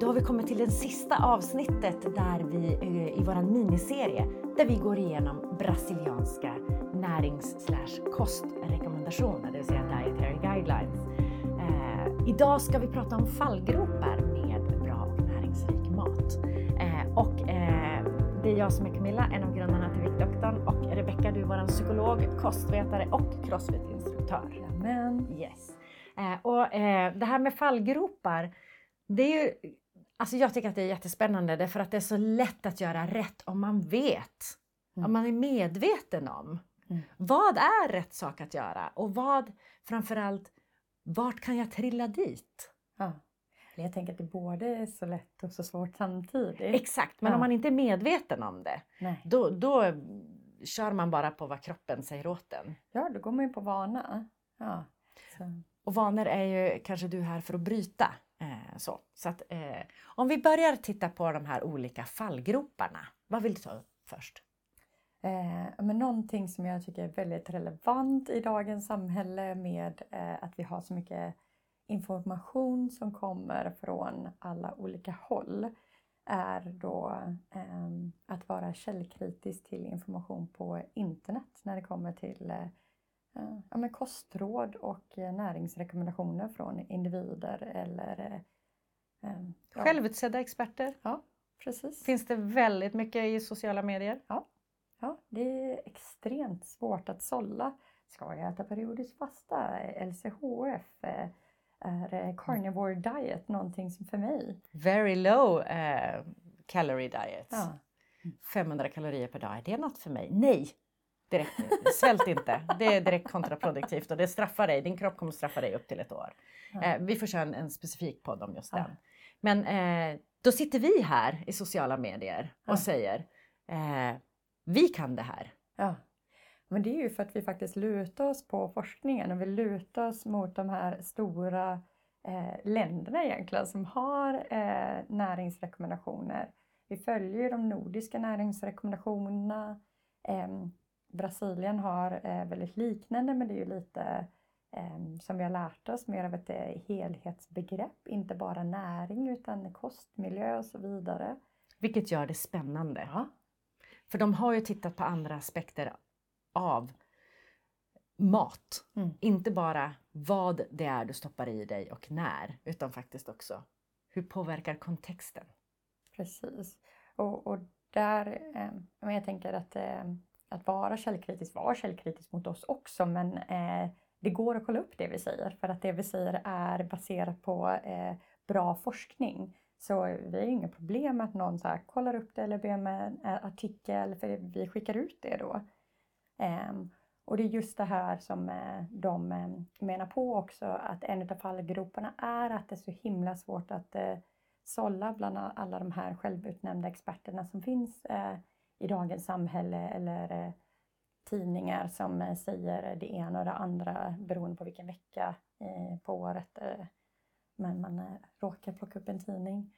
har vi kommit till det sista avsnittet där vi i våran miniserie där vi går igenom brasilianska närings/kostrekommendationer, det vill säga dietary guidelines. Idag ska vi prata om fallgropar med bra och näringsrik mat. Det är jag som är Camilla, en av grundarna till Viktdoktorn, och Rebecka, du är vår psykolog, kostvetare och crossfit-instruktör. Amen. Yes. Det här med fallgropar, det är ju, alltså jag tycker att det är jättespännande därför att det är så lätt att göra rätt om man vet, om man är medveten om vad är rätt sak att göra och vad, framförallt, vart kan jag trilla dit? Ja. Jag tänker att det både är så lätt och så svårt samtidigt. Exakt, men om man inte är medveten om det, Nej. då kör man bara på vad kroppen säger åt den. Ja, då går man ju på vana. Ja. Så. Och vanor är ju kanske du här för att bryta. Så att, om vi börjar titta på de här olika fallgroparna, vad vill du ta upp först? Men någonting som jag tycker är väldigt relevant i dagens samhälle med att vi har så mycket information som kommer från alla olika håll är då att vara källkritisk till information på internet när det kommer till kostråd och näringsrekommendationer från individer eller Självutsedda experter. Ja, precis. Finns det väldigt mycket i sociala medier? Ja, det är extremt svårt att sålla. Ska jag äta periodisk fasta? LCHF? Är carnivore diet någonting som för mig? Very low calorie diet. Ja. 500 kalorier per dag, är det något för mig? Nej! Direkt, svält inte. Det är direkt kontraproduktivt och det straffar dig. Din kropp kommer straffa dig upp till 1 år. Ja. Vi får köra en specifik podd om just den. Ja. Men då sitter vi här i sociala medier och säger vi kan det här. Ja, men det är ju för att vi faktiskt lutar oss på forskningen och vi lutar oss mot de här stora länderna egentligen som har näringsrekommendationer. Vi följer ju de nordiska näringsrekommendationerna. Brasilien har väldigt liknande, men det är ju lite som vi har lärt oss mer av ett helhetsbegrepp. Inte bara näring utan kostmiljö och så vidare. Vilket gör det spännande. Ja. För de har ju tittat på andra aspekter av mat. Inte bara vad det är du stoppar i dig och när. Utan faktiskt också hur påverkar kontexten. Precis. Och där, jag tänker att vara källkritisk mot oss också. Men det går att kolla upp det vi säger. För att det vi säger är baserat på bra forskning. Så vi har inga problem med att någon så här kollar upp det eller ber med en artikel. För vi skickar ut det då. Och det är just det här som de menar på också. Att en av fallgroparna är att det är så himla svårt att sålla bland alla de här självutnämnda experterna som finns i dagens samhälle. Eller tidningar som säger det ena och det andra beroende på vilken vecka på året. Men man råkar plocka upp en tidning.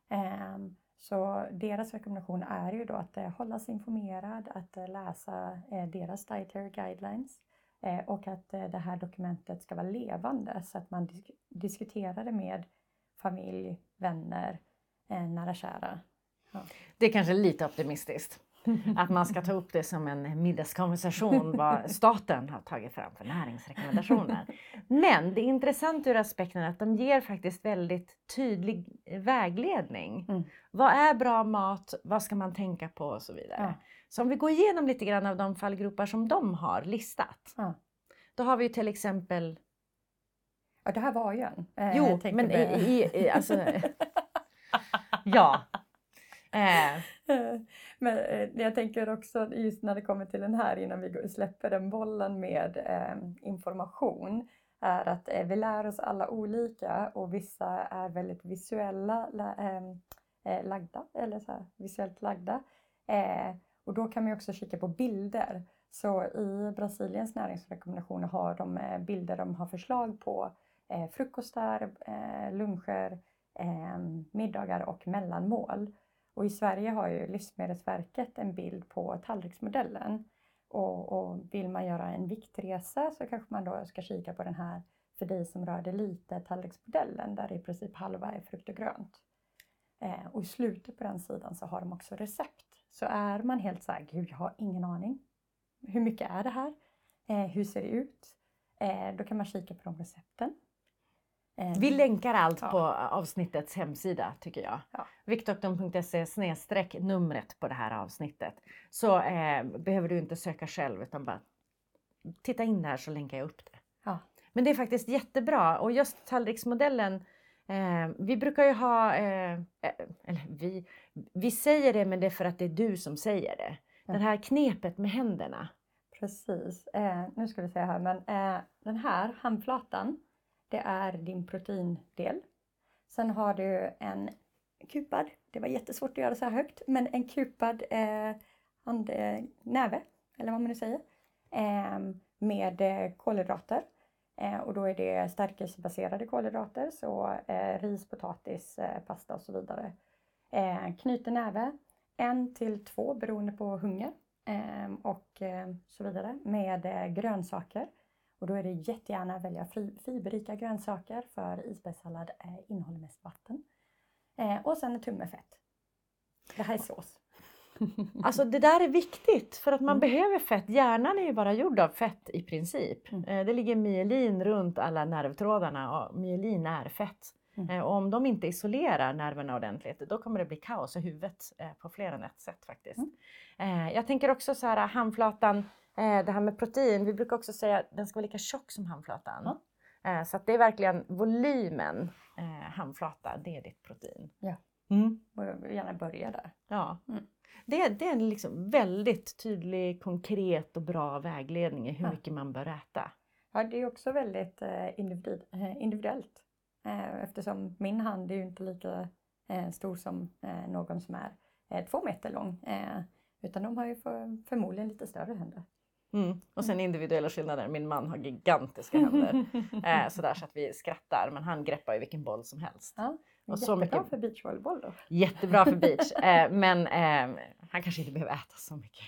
Så deras rekommendation är ju då att hålla sig informerad, att läsa deras dietary guidelines och att det här dokumentet ska vara levande så att man diskuterar det med familj, vänner, nära kära. Ja. Det är kanske lite optimistiskt. Att man ska ta upp det som en middagskonversation vad staten har tagit fram för näringsrekommendationer. Men det är intressant ur aspekten att de ger faktiskt väldigt tydlig vägledning. Vad är bra mat? Vad ska man tänka på och så vidare. Ja. Så om vi går igenom lite grann av de fallgropar som de har listat. Ja. Då har vi till exempel... Ja, det här var ju en. Jo, men alltså... ja. Men jag tänker också just när det kommer till den här innan vi släpper den bollen med information är att vi lär oss alla olika och vissa är väldigt visuella lagda eller så här, visuellt lagda och då kan man också kika på bilder. Så i Brasiliens näringsrekommendationer har de bilder de har förslag på frukostar, luncher, middagar och mellanmål. Och i Sverige har ju Livsmedelsverket en bild på tallriksmodellen. Och vill man göra en viktresa så kanske man då ska kika på den här för dig som rör det lite tallriksmodellen där i princip halva är frukt och grönt. Och i slutet på den sidan så har de också recept. Så är man helt så här, gud jag har ingen aning. Hur mycket är det här? Hur ser det ut? Då kan man kika på de recepten. Vi länkar allt Ja. på avsnittets hemsida tycker jag. Ja. Viktdoktorn.se/numret på det här avsnittet. Så behöver du inte söka själv utan bara titta in där så länkar jag upp det. Ja. Men det är faktiskt jättebra och just tallriksmodellen, vi brukar ju ha, eller vi säger det men det är för att det är du som säger det. Ja. Det här knepet med händerna. Precis. Nu ska vi se här, men den här handflatan, det är din proteindel. Sen har du en kupad, det var jättesvårt att göra så här högt, men en kupad näve, eller vad man nu säger, med kolhydrater. Och då är det stärkelsebaserade kolhydrater, så ris, potatis, pasta och så vidare. Knyter näve, 1 till 2 beroende på hunger och så vidare, med grönsaker. Och då är det jättegärna att välja fiberrika grönsaker, för isbergssallad innehåller mest vatten. Och sen en tumme fett. Det här är sås. Alltså det där är viktigt för att man behöver fett. Hjärnan är ju bara gjord av fett i princip. Det ligger myelin runt alla nervtrådarna och myelin är fett. Och om de inte isolerar nerverna ordentligt då kommer det bli kaos i huvudet på fler än ett sätt faktiskt. Jag tänker också så här handflatan, det här med protein. Vi brukar också säga att den ska vara lika tjock som handflatan. Så att det är verkligen volymen handflata, det är ditt protein. Ja, och jag vill gärna börja där. Ja. Det är en liksom väldigt tydlig, konkret och bra vägledning i hur mycket man bör äta. Ja, det är också väldigt individuellt. Eftersom min hand är ju inte lika stor som någon som är 2 meter lång. Utan de har ju förmodligen lite större händer. Och sen individuella skillnader. Min man har gigantiska händer. Sådär så att vi skrattar. Men han greppar ju vilken boll som helst. Ja, och så mycket för beachvolleyboll då. Jättebra för beach. Men han kanske inte behöver äta så mycket.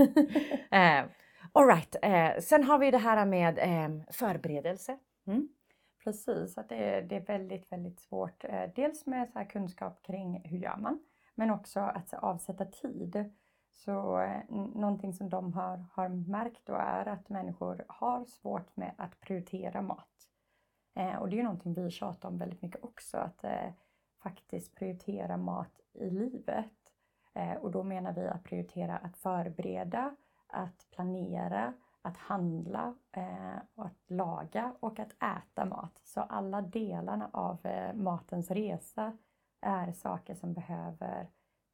All right. Sen har vi det här med förberedelse. Precis, att det är väldigt, väldigt svårt. Dels med så här kunskap kring hur gör man. Men också att avsätta tid. Så någonting som de har märkt då är att människor har svårt med att prioritera mat. Och det är ju någonting vi tjatar om väldigt mycket också. Att faktiskt prioritera mat i livet. Och då menar vi att prioritera att förbereda, att planera, att handla, och att laga och att äta mat. Så alla delarna av matens resa är saker som behöver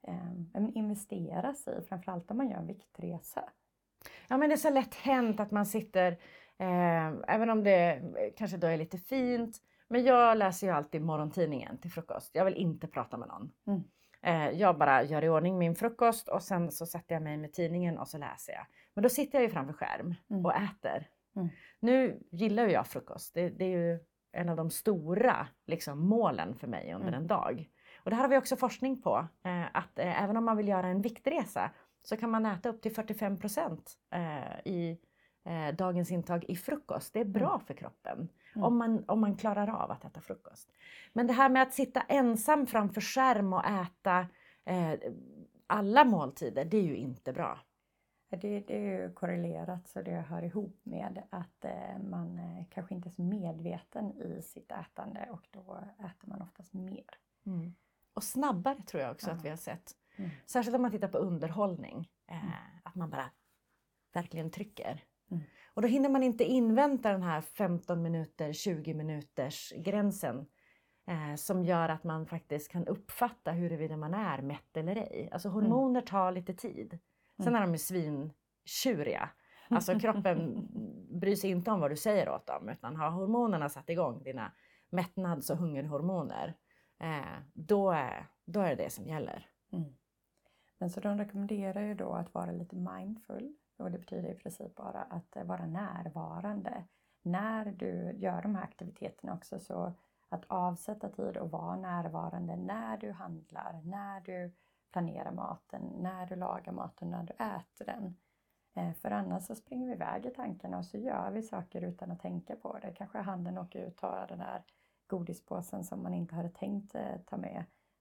investeras i. Framförallt om man gör en viktresa. Ja, men det är så lätt hänt att man sitter, även om det kanske då är lite fint. Men jag läser ju alltid morgontidningen till frukost. Jag vill inte prata med någon. Jag bara gör i ordning min frukost och sen så sätter jag mig med tidningen och så läser jag. Men då sitter jag ju framför skärm och äter. Nu gillar ju jag frukost. Det är ju en av de stora liksom, målen för mig under en dag. Och det här har vi också forskning på. Att även om man vill göra en viktresa så kan man äta upp till 45% i dagens intag i frukost. Det är bra för kroppen. Om man klarar av att äta frukost. Men det här med att sitta ensam framför skärm och äta alla måltider, det är ju inte bra. Det är ju korrelerat, så det hör ihop med att man kanske inte är så medveten i sitt ätande och då äter man oftast mer. Och snabbare tror jag också att vi har sett. Särskilt om man tittar på underhållning. Att man bara verkligen trycker. Och då hinner man inte invänta den här 15 minuter, 20 minuters gränsen. Som gör att man faktiskt kan uppfatta huruvida man är mätt eller ej. Alltså hormoner tar lite tid. Sen är de ju svintjuriga. Alltså kroppen bryr sig inte om vad du säger åt dem. Utan har hormonerna satt igång dina mättnads- och hungerhormoner. Då är det som gäller. Men så de rekommenderar ju då att vara lite mindful. Och det betyder i princip bara att vara närvarande. När du gör de här aktiviteterna också, så att avsätta tid och vara närvarande när du handlar, när du planerar maten, när du lagar maten, när du äter den. För annars så springer vi iväg i tankarna och så gör vi saker utan att tänka på det. Kanske handen åker ut och tar den där godispåsen som man inte hade tänkt ta med.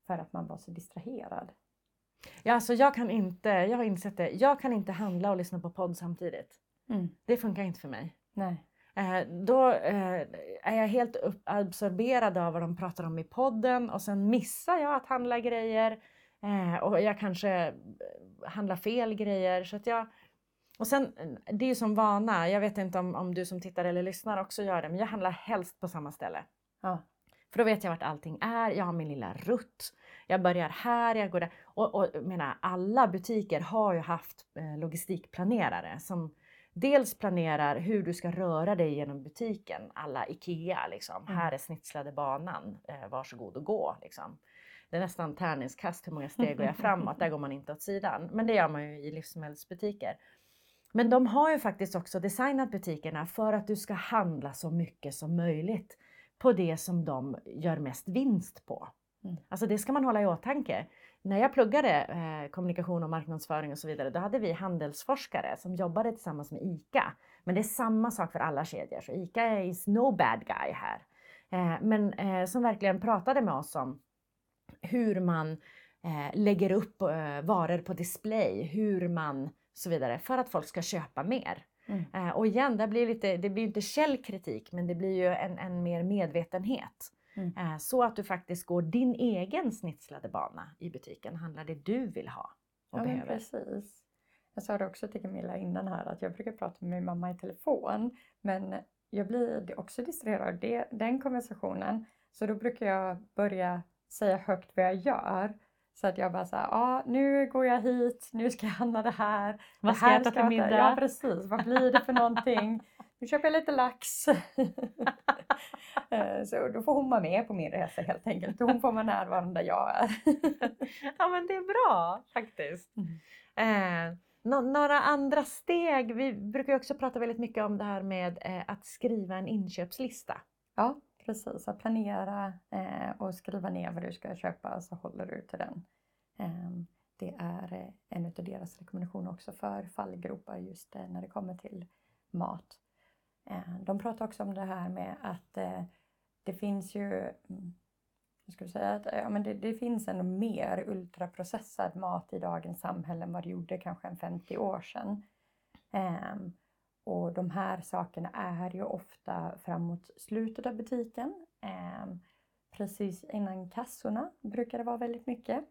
för att man var så distraherad. Ja, alltså jag har insett det, jag kan inte handla och lyssna på podd samtidigt. Det funkar inte för mig. Nej. Då är jag helt absorberad av vad de pratar om i podden och sen missar jag att handla grejer och jag kanske handlar fel grejer. Så att och sen, det är ju som vana, jag vet inte om du som tittar eller lyssnar också gör det, men jag handlar helst på samma ställe. Ja. För då vet jag vart allting är, jag har min lilla rutt, jag börjar här, jag går där. Och alla butiker har ju haft logistikplanerare som dels planerar hur du ska röra dig genom butiken, alla IKEA liksom. Här är snitslade banan, varsågod och gå liksom. Det är nästan tärningskast hur många steg går jag framåt, där går man inte åt sidan. Men det gör man ju i livsmedelsbutiker. Men de har ju faktiskt också designat butikerna för att du ska handla så mycket som möjligt på det som de gör mest vinst på. Alltså det ska man hålla i åtanke. När jag pluggade kommunikation och marknadsföring och så vidare, då hade vi handelsforskare som jobbade tillsammans med ICA. Men det är samma sak för alla kedjor, så ICA is no bad guy här. Men som verkligen pratade med oss om hur man lägger upp varor på display, hur man så vidare, för att folk ska köpa mer. Och igen, det blir inte källkritik, men det blir ju en mer medvetenhet. Så att du faktiskt går din egen snitslade bana i butiken, handlar det du vill ha och behöver. Men precis. Jag sa det också till Camilla innan här att jag brukar prata med min mamma i telefon, men jag blir också distraherad av den konversationen. Så då brukar jag börja säga högt vad jag gör. Så att jag bara säger, nu går jag hit, nu ska jag handla det här. Vad ska jag äta till middag? Ja, precis. Vad blir det för någonting? Nu köper jag lite lax. Så då får hon vara med på min resa helt enkelt. Hon får vara närvarande där jag är. Ja, men det är bra faktiskt. Några andra steg. Vi brukar ju också prata väldigt mycket om det här med att skriva en inköpslista. Ja, precis. Att planera och skriva ner vad du ska köpa, så håller du till den. Det är en av deras rekommendationer också för fallgropar just när det kommer till mat. De pratar också om det här med att det finns ju, jag skulle säga att det finns ändå mer ultraprocessad mat i dagens samhälle än vad det gjorde kanske en 50 år sedan. Och de här sakerna är ju ofta framåt slutet av butiken. Precis innan kassorna brukar det vara väldigt mycket.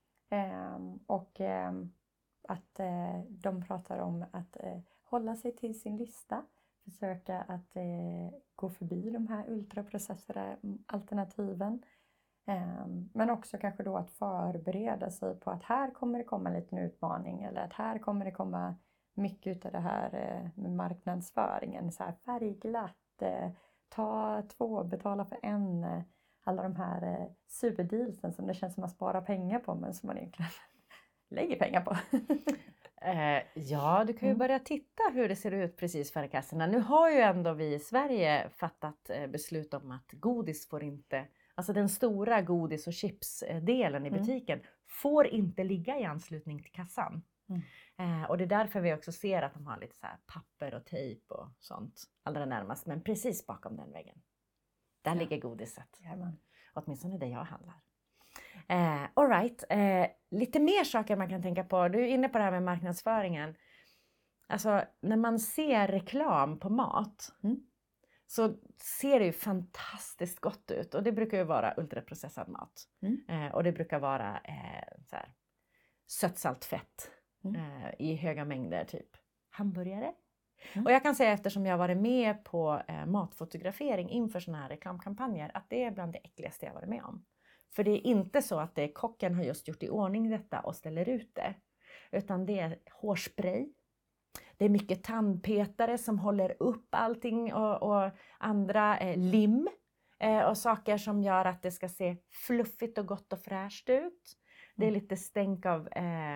Att de pratar om att hålla sig till sin lista. Försöka att gå förbi de här ultraprocessade alternativen. Men också kanske då att förbereda sig på att här kommer det komma en liten utmaning. Eller att här kommer det komma mycket av det här med marknadsföringen. Så här färgglatt, ta 2, betala för 1. Alla de här superdealsen som det känns som man sparar pengar på, men som man egentligen lägger pengar på. Ja, du kan ju börja titta hur det ser ut precis före kassorna. Nu har ju ändå vi i Sverige fattat beslut om att godis får inte, alltså den stora godis- och chipsdelen i butiken får inte ligga i anslutning till kassan. Och det är därför vi också ser att de har lite så här papper och tejp och sånt allra närmast. Men precis bakom den väggen. Där ligger godiset. Jajamän. Åtminstone där jag handlar. All right. Lite mer saker man kan tänka på. Du är inne på det här med marknadsföringen. Alltså när man ser reklam på mat så ser det ju fantastiskt gott ut. Och det brukar ju vara ultraprocessad mat. Och det brukar vara så här, sött, salt, fett i höga mängder, typ hamburgare. Och jag kan säga, eftersom jag varit med på matfotografering inför såna här reklamkampanjer, att det är bland det äckligaste jag varit med om. För det är inte så att kocken har just gjort i ordning detta och ställer ut det. Utan det är hårspray. Det är mycket tandpetare som håller upp allting och andra lim. Och saker som gör att det ska se fluffigt och gott och fräscht ut. Det är lite stänk av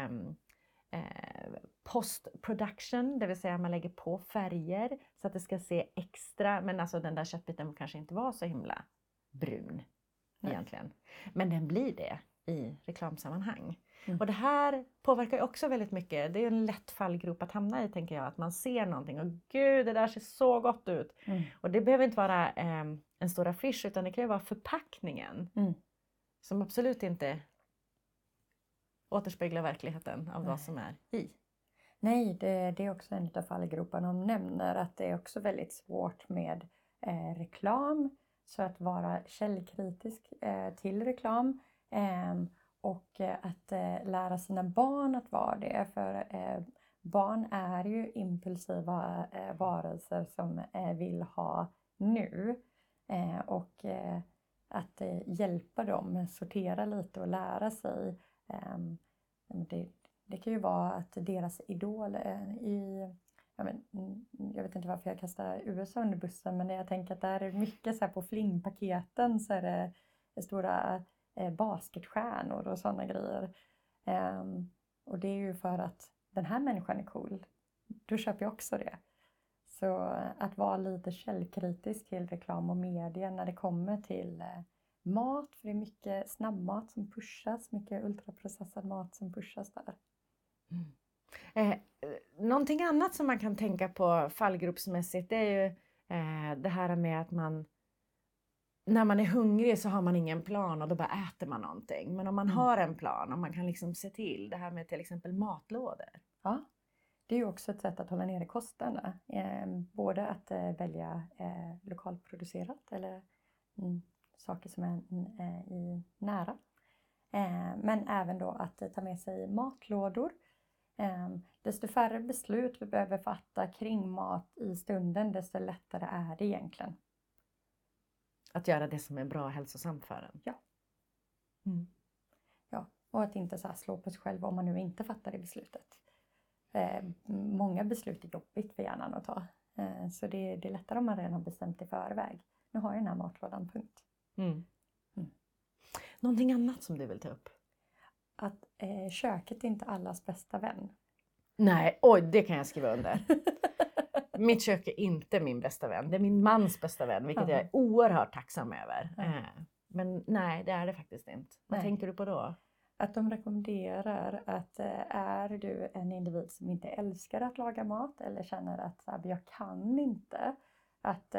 post-production, det vill säga man lägger på färger så att det ska se extra, men alltså den där köttbiten kanske inte var så himla brun egentligen. Men den blir det i reklamsammanhang. Och det här påverkar ju också väldigt mycket. Det är en lätt fallgrop att hamna i, tänker jag. Att man ser någonting och gud, det där ser så gott ut. Och det behöver inte vara en stor affisch, utan det kan ju vara förpackningen. Som absolut inte återspeglar verkligheten av vad som är i. Nej, det är också en av fallgroparna de nämner, att det är också väldigt svårt med reklam. Så att vara källkritisk till reklam och att lära sina barn att vara det. För barn är ju impulsiva varelser som vill ha nu. Och att hjälpa dem sortera lite och lära sig. Det kan ju vara att deras idol jag vet inte varför jag kastar USA under bussen, men jag tänker att där är mycket så här på flingpaketen så är det stora basketstjärnor och sådana grejer. Och det är ju för att den här människan är cool. Då köper jag också det. Så att vara lite källkritisk till reklam och media när det kommer till mat. För det är mycket snabbmat som pushas, mycket ultraprocessad mat som pushas där. Någonting annat som man kan tänka på fallgropsmässigt, det är ju det här med att när man är hungrig så har man ingen plan och då bara äter man någonting. Men om man har en plan och man kan liksom se till det här med till exempel matlådor. Ja, det är ju också ett sätt att hålla nere kostnaderna. Både att välja lokalproducerat eller saker som är nära. Men även då att ta med sig matlådor. Desto färre beslut vi behöver fatta kring mat i stunden, desto lättare är det egentligen. Att göra det som är bra och hälsosamt för en. Ja. Ja, och att inte så här slå på sig själv om man nu inte fattar det beslutet. Många beslut är jobbigt för hjärnan att ta. Så det är lättare om man redan har bestämt i förväg. Nu har jag den här matlådan, punkt. Någonting annat som du vill ta upp? Att köket är inte allas bästa vän. Nej, oj, det kan jag skriva under. Mitt kök är inte min bästa vän. Det är min mans bästa vän, vilket jag är oerhört tacksam över. Men nej, det är det faktiskt inte. Vad tänker du på då? Att de rekommenderar att är du en individ som inte älskar att laga mat eller känner att jag kan inte, att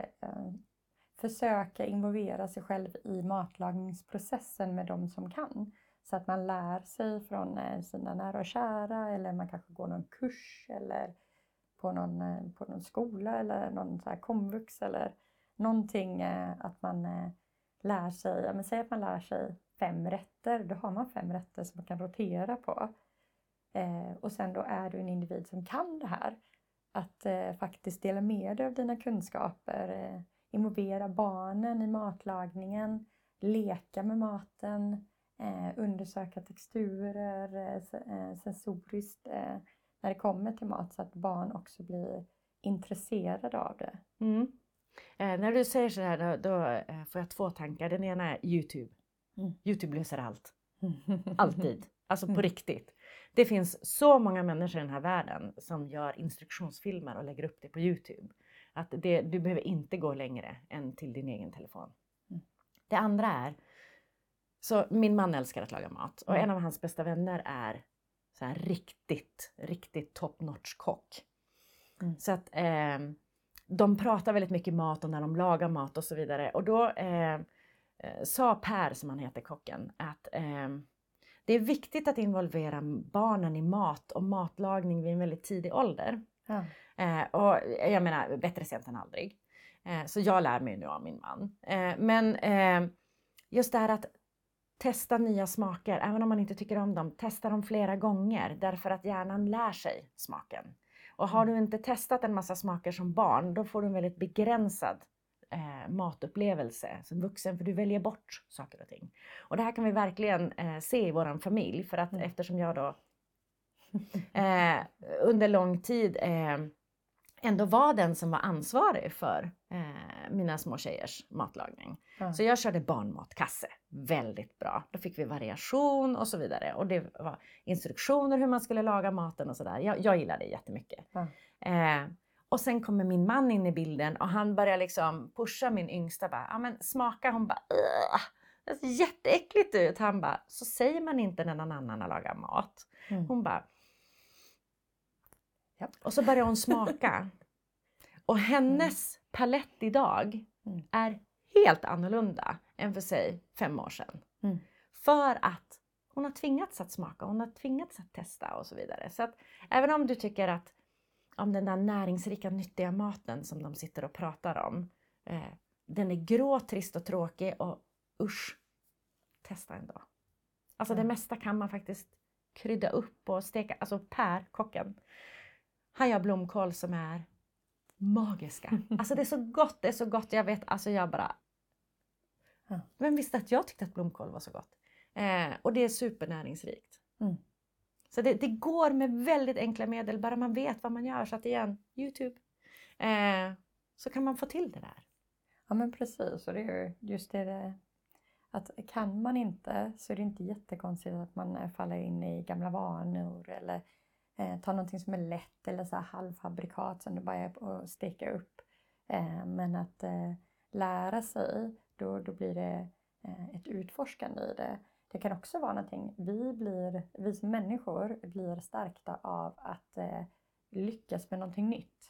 försöka involvera sig själv i matlagningsprocessen med de som kan. Så att man lär sig från sina nära och kära, eller man kanske går någon kurs eller på någon skola eller någon så här komvux eller någonting, att man lär sig, säg att man lär sig 5 rätter, då har man 5 rätter som man kan rotera på. Och sen då är du en individ som kan det här, att faktiskt dela med dig av dina kunskaper, involvera barnen i matlagningen, leka med maten, undersöka texturer, sensoriskt när det kommer till mat, så att barn också blir intresserade av det. När du säger så här då får jag 2 tankar. Den ena är YouTube. YouTube löser allt. Alltid. Alltså på riktigt. Det finns så många människor i den här världen som gör instruktionsfilmer och lägger upp det på YouTube. Att du behöver inte gå längre än till din egen telefon. Det andra är, så min man älskar att laga mat. Och en av hans bästa vänner är så här riktigt top notch kock. Så att de pratar väldigt mycket mat och när de lagar mat och så vidare. Och då sa Per, som han heter, kocken, att det är viktigt att involvera barnen i mat och matlagning vid en väldigt tidig ålder. Och jag menar, bättre sent än aldrig. Så jag lär mig nu av min man. Men just det här att testa nya smaker, även om man inte tycker om dem, testa dem flera gånger, därför att hjärnan lär sig smaken. Och har du inte testat en massa smaker som barn, då får du en väldigt begränsad matupplevelse som vuxen, för du väljer bort saker och ting. Och det här kan vi verkligen se i våran familj, för att eftersom jag då under lång tid ändå var den som var ansvarig för mina små tjejers matlagning. Så jag körde barnmatkasse väldigt bra. Då fick vi variation och så vidare. Och det var instruktioner hur man skulle laga maten och sådär. Jag gillade det jättemycket. Och sen kommer min man in i bilden och han börjar liksom pusha min yngsta. Bara, men smaka. Hon bara, det ser jätteäckligt ut. Han bara, så säger man inte när någon annan har lagat mat. Hon bara, ja. Och så börjar hon smaka. Och hennes palett idag är helt annorlunda än för sig 5 år sedan. För att hon har tvingats att smaka, hon har tvingats att testa och så vidare. Så att även om du tycker att om den där näringsrika, nyttiga maten som de sitter och pratar om, den är grå, trist och tråkig och usch, testa en dag. Alltså det mesta kan man faktiskt krydda upp och steka. Alltså Per, kocken, han gör blomkål som är magiska. Alltså det är så gott, jag vet, alltså jag bara... Men visste att jag tyckte att blomkål var så gott. Och det är supernäringsrikt. Så det går med väldigt enkla medel, bara man vet vad man gör. Så att igen, YouTube, så kan man få till det där. Ja men precis, och det är ju just det att kan man inte så är det inte jättekonstigt att man faller in i gamla vanor eller tar någonting som är lätt eller så här halvfabrikat som du bara är att steka upp. Men att lära sig, då blir det ett utforskande i det. Det kan också vara någonting, vi som människor blir stärkta av att lyckas med någonting nytt.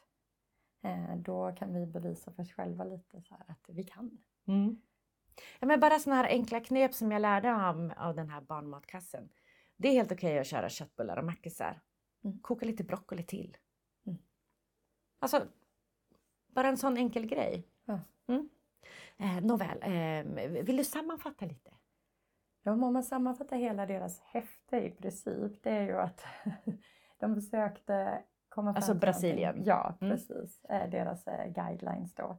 Då kan vi bevisa för oss själva lite så här att vi kan. Ja, men bara såna här enkla knep som jag lärde av den här barnmatkassen. Det är helt okej att köra köttbullar och mackisar. Koka lite broccoli till. Alltså, bara en sån enkel grej. Nåväl, vill du sammanfatta lite? Ja, om man sammanfattar hela deras häfte i princip, det är ju att de försökte komma fram alltså till Brasilien. Ja, precis. Deras guidelines då.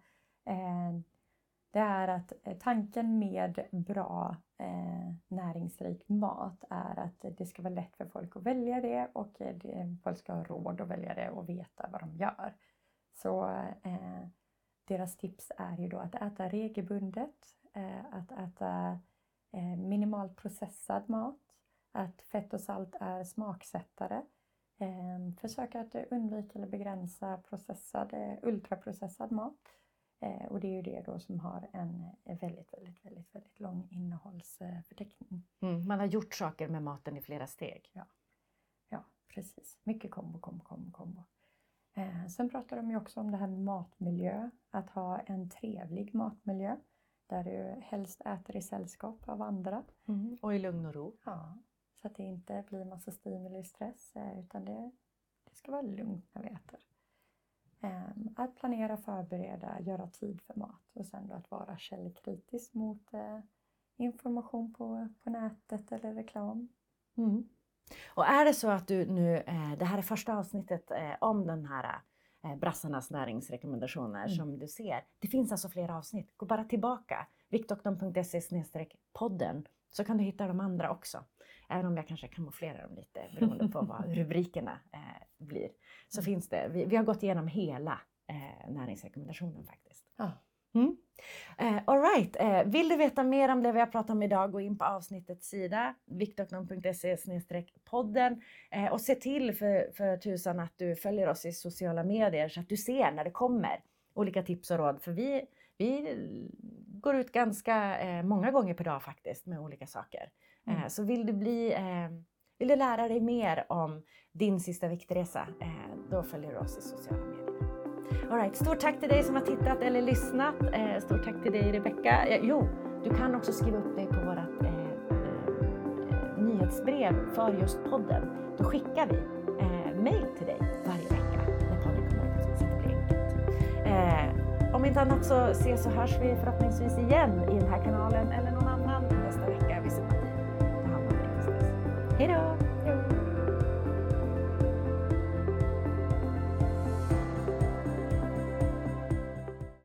Det är att tanken med bra näringsrik mat är att det ska vara lätt för folk att välja det och folk ska ha råd att välja det och veta vad de gör. Så deras tips är ju då att äta regelbundet, att äta minimalt processad mat, att fett och salt är smaksättare. Försöka att undvika eller begränsa ultraprocessad mat. Och det är ju det då som har en väldigt lång innehållsförteckning. Man har gjort saker med maten i flera steg. Ja, precis. Mycket kombo. Sen pratar de ju också om det här med matmiljö. Att ha en trevlig matmiljö. Där du helst äter i sällskap av andra. Och i lugn och ro. Ja, så att det inte blir massa stimuli och stress. Utan det ska vara lugnt när vi äter. Att planera, förbereda, göra tid för mat. Och sen då att vara källkritisk mot information på nätet eller reklam. Och är det så att du nu, det här är första avsnittet om den här brassarnas näringsrekommendationer som du ser. Det finns alltså flera avsnitt. Gå bara tillbaka. Viktdoktorn.se/podden så kan du hitta de andra också. Även om jag kanske kamouflerar dem lite beroende på vad rubrikerna blir. Så finns det. Vi har gått igenom hela näringsrekommendationen faktiskt. All right. Vill du veta mer om det vi har pratat om idag, gå in på avsnittets sida viktdoktorn.se/podden och se till för tusan att du följer oss i sociala medier så att du ser när det kommer olika tips och råd. För vi går ut ganska många gånger per dag faktiskt med olika saker. Så vill du lära dig mer om din sista viktresa, då följer du oss i sociala medier. All right, stort tack till dig som har tittat eller lyssnat. Stort tack till dig Rebecka. Du kan också skriva upp dig på vårt nyhetsbrev för just podden. Då skickar vi mejl till dig varje vecka när podden kommer ut. Så det blir enkelt. Om inte annat så ses och hörs vi förhoppningsvis igen i den här kanalen eller någon annan nästa vecka. Vi ser på det. Ta hand om dig. Hej då!